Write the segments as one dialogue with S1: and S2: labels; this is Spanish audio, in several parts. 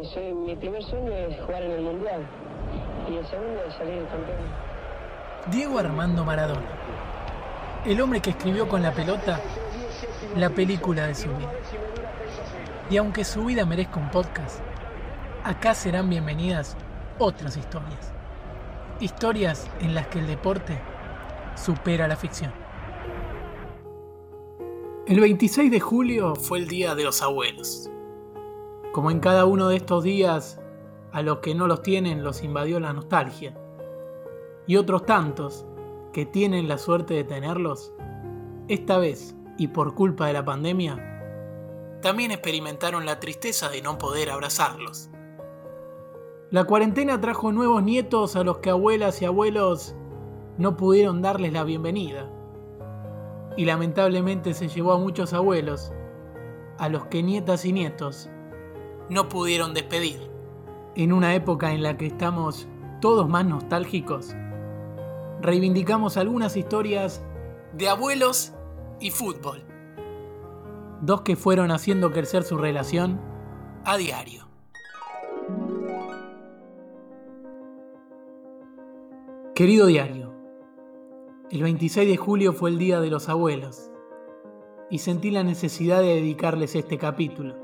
S1: Mi primer sueño es jugar en el Mundial y el segundo es salir campeón.
S2: Diego Armando Maradona, el hombre que escribió con la pelota la película de su vida. Y aunque su vida merezca un podcast, acá serán bienvenidas otras historias. Historias en las que el deporte supera la ficción. El 26 de julio fue el Día de los Abuelos. Como en cada uno de estos días, a los que no los tienen los invadió la nostalgia. Y otros tantos, que tienen la suerte de tenerlos, esta vez, y por culpa de la pandemia, también experimentaron la tristeza de no poder abrazarlos. La cuarentena trajo nuevos nietos a los que abuelas y abuelos no pudieron darles la bienvenida. Y lamentablemente se llevó a muchos abuelos, a los que nietas y nietos no pudieron despedir. En una época en la que estamos todos más nostálgicos, reivindicamos algunas historias de abuelos y fútbol. Dos que fueron haciendo crecer su relación a diario. Querido diario, el 26 de julio fue el Día de los Abuelos y sentí la necesidad de dedicarles este capítulo.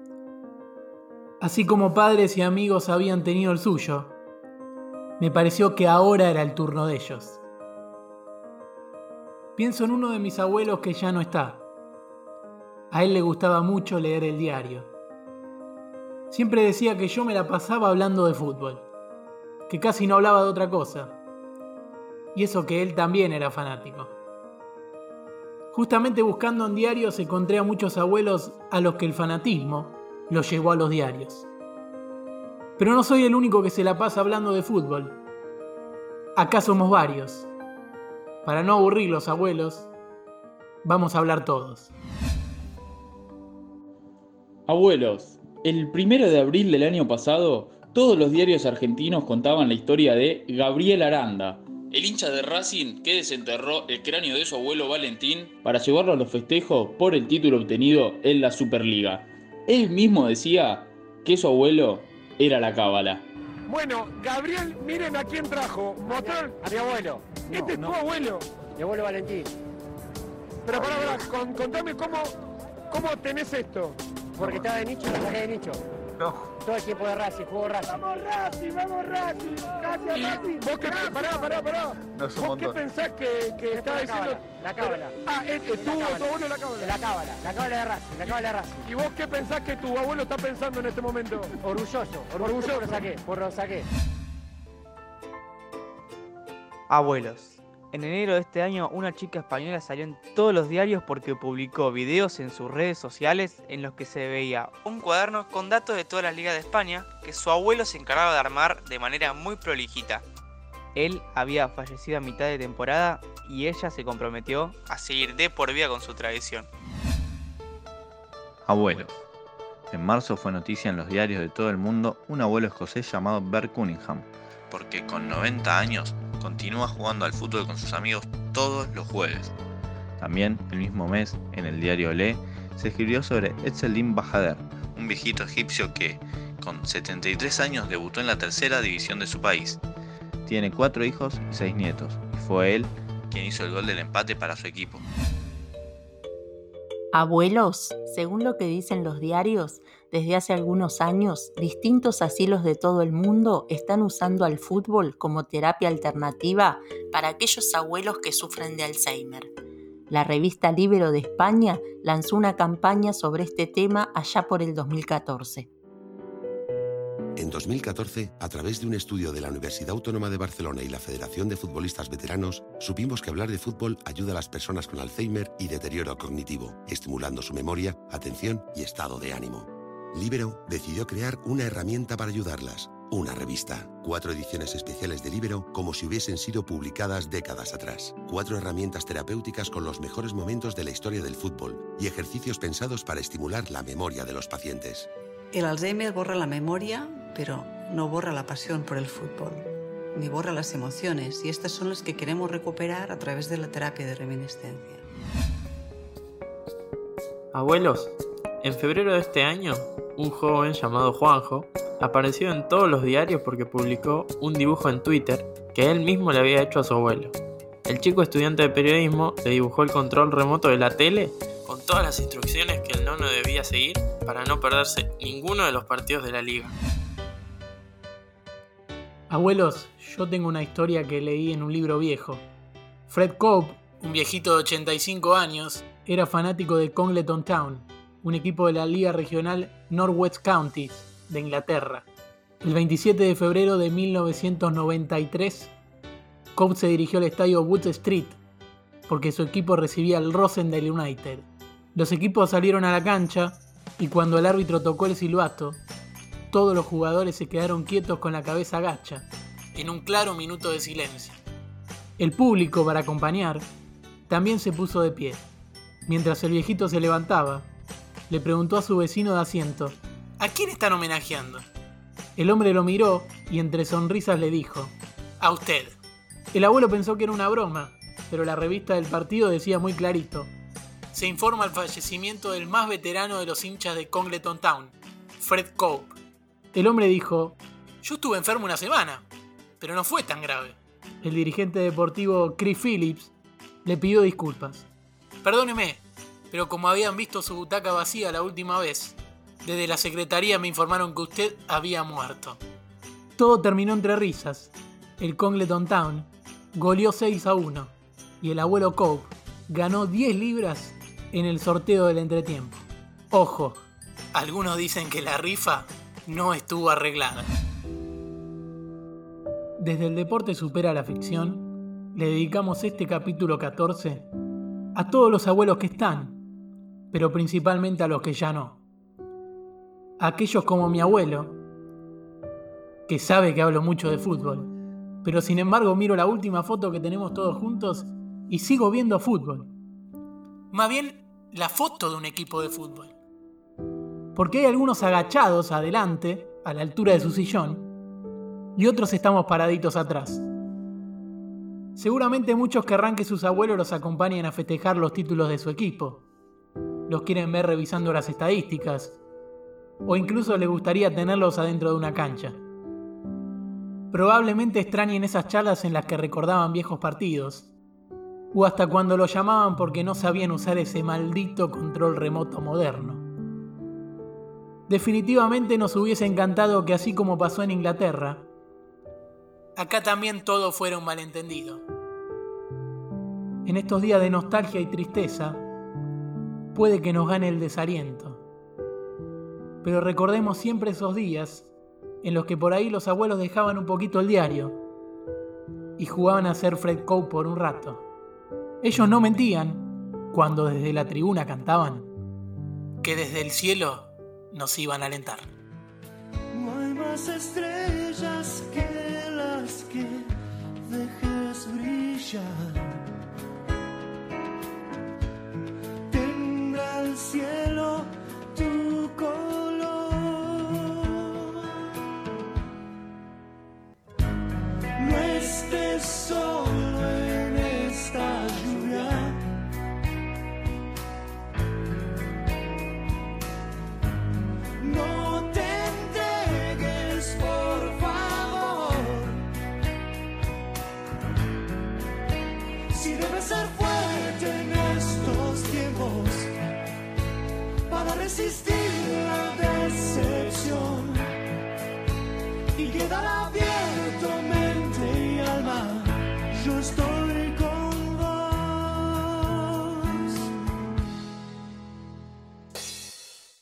S2: Así como padres y amigos habían tenido el suyo, me pareció que ahora era el turno de ellos. Pienso en uno de mis abuelos que ya no está. A él le gustaba mucho leer el diario. Siempre decía que yo me la pasaba hablando de fútbol, que casi no hablaba de otra cosa. Y eso que él también era fanático. Justamente buscando en diarios encontré a muchos abuelos a los que el fanatismo los llevó a los diarios. Pero no soy el único que se la pasa hablando de fútbol. Acá somos varios. Para no aburrir los abuelos, vamos a hablar todos.
S3: Abuelos, el 1 de abril del año pasado, todos los diarios argentinos contaban la historia de Gabriel Aranda, el hincha de Racing que desenterró el cráneo de su abuelo Valentín para llevarlo a los festejos por el título obtenido en la Superliga. Él mismo decía que su abuelo era la cábala.
S4: Bueno, Gabriel, miren a quién trajo. Mostrón.
S5: A mi abuelo.
S4: Este es tu abuelo.
S5: Mi abuelo Valentín.
S4: Pero pará, contame cómo tenés esto.
S5: Porque estaba de nicho, lo saqué de nicho.
S4: No.
S5: Todo el tiempo de Racing, jugó Racing.
S4: ¡Vamos Racing! Gracias Racing. ¿Vos qué, pará. ¿Vos qué pensás que estaba diciendo?
S5: La cábala.
S4: Estuvo tu abuelo la cábala.
S5: La cábala de Racing,
S4: ¿Y vos qué pensás que tu abuelo está pensando en este momento?
S5: Orgulloso. Por lo saqué.
S6: Abuelos. En enero de este año, una chica española salió en todos los diarios porque publicó videos en sus redes sociales en los que se veía un cuaderno con datos de todas las ligas de España que su abuelo se encargaba de armar de manera muy prolijita. Él había fallecido a mitad de temporada y ella se comprometió a seguir de por vida con su tradición.
S7: Abuelos. En marzo fue noticia en los diarios de todo el mundo un abuelo escocés llamado Bert Cunningham, porque con 90 años continúa jugando al fútbol con sus amigos todos los jueves. También, el mismo mes, en el diario Le, se escribió sobre Ezzedine Bahader, un viejito egipcio que, con 73 años, debutó en la tercera división de su país. Tiene 4 hijos y 6 nietos, y fue él quien hizo el gol del empate para su equipo.
S8: Abuelos, según lo que dicen los diarios, desde hace algunos años, distintos asilos de todo el mundo están usando al fútbol como terapia alternativa para aquellos abuelos que sufren de Alzheimer. La revista Libero de España lanzó una campaña sobre este tema allá por el 2014.
S9: En 2014, a través de un estudio de la Universidad Autónoma de Barcelona y la Federación de Futbolistas Veteranos, supimos que hablar de fútbol ayuda a las personas con Alzheimer y deterioro cognitivo, estimulando su memoria, atención y estado de ánimo. Libero decidió crear una herramienta para ayudarlas, una revista. 4 ediciones especiales de Libero como si hubiesen sido publicadas décadas atrás. 4 herramientas terapéuticas con los mejores momentos de la historia del fútbol y ejercicios pensados para estimular la memoria de los pacientes.
S10: El Alzheimer borra la memoria, pero no borra la pasión por el fútbol, ni borra las emociones, y estas son las que queremos recuperar a través de la terapia de reminiscencia.
S11: Abuelos, en febrero de este año, un joven llamado Juanjo apareció en todos los diarios porque publicó un dibujo en Twitter que él mismo le había hecho a su abuelo. El chico estudiante de periodismo le dibujó el control remoto de la tele con todas las instrucciones que el nono debía seguir para no perderse ninguno de los partidos de la liga.
S2: Abuelos, yo tengo una historia que leí en un libro viejo. Fred Cope, un viejito de 85 años, era fanático de Congleton Town, un equipo de la Liga Regional Northwest Counties de Inglaterra. El 27 de febrero de 1993, Cope se dirigió al estadio Wood Street porque su equipo recibía al Rosendale United. Los equipos salieron a la cancha y cuando el árbitro tocó el silbato, todos los jugadores se quedaron quietos con la cabeza gacha, en un claro minuto de silencio. El público, para acompañar, también se puso de pie. Mientras el viejito se levantaba, le preguntó a su vecino de asiento: ¿a quién están homenajeando? El hombre lo miró y entre sonrisas le dijo: a usted. El abuelo pensó que era una broma, pero la revista del partido decía muy clarito: se informa el fallecimiento del más veterano de los hinchas de Congleton Town, Fred Cope. El hombre dijo: yo estuve enfermo una semana, pero no fue tan grave. El dirigente deportivo Chris Phillips le pidió disculpas. Perdóneme, pero como habían visto su butaca vacía la última vez, desde la secretaría me informaron que usted había muerto. Todo terminó entre risas. El Congleton Town goleó 6-1 y el abuelo Cope ganó 10 libras en el sorteo del entretiempo. Ojo, algunos dicen que la rifa no estuvo arreglada. Desde el deporte supera la ficción, le dedicamos este capítulo 14 a todos los abuelos que están, pero principalmente a los que ya no. A aquellos como mi abuelo, que sabe que hablo mucho de fútbol, pero sin embargo miro la última foto que tenemos todos juntos y sigo viendo fútbol. Más bien, la foto de un equipo de fútbol. Porque hay algunos agachados adelante, a la altura de su sillón, y otros estamos paraditos atrás. Seguramente muchos querrán que sus abuelos los acompañen a festejar los títulos de su equipo. Los quieren ver revisando las estadísticas, o incluso les gustaría tenerlos adentro de una cancha. Probablemente extrañen esas charlas en las que recordaban viejos partidos, o hasta cuando los llamaban porque no sabían usar ese maldito control remoto moderno. Definitivamente nos hubiese encantado que, así como pasó en Inglaterra, acá también todo fuera un malentendido. En estos días de nostalgia y tristeza, puede que nos gane el desaliento. Pero recordemos siempre esos días en los que por ahí los abuelos dejaban un poquito el diario y jugaban a ser Fred Cope por un rato. Ellos no mentían cuando desde la tribuna cantaban que desde el cielo nos iban a alentar.
S12: No hay más estrellas que las que dejes brillar. Tendrá el cielo tu color. No estés solo.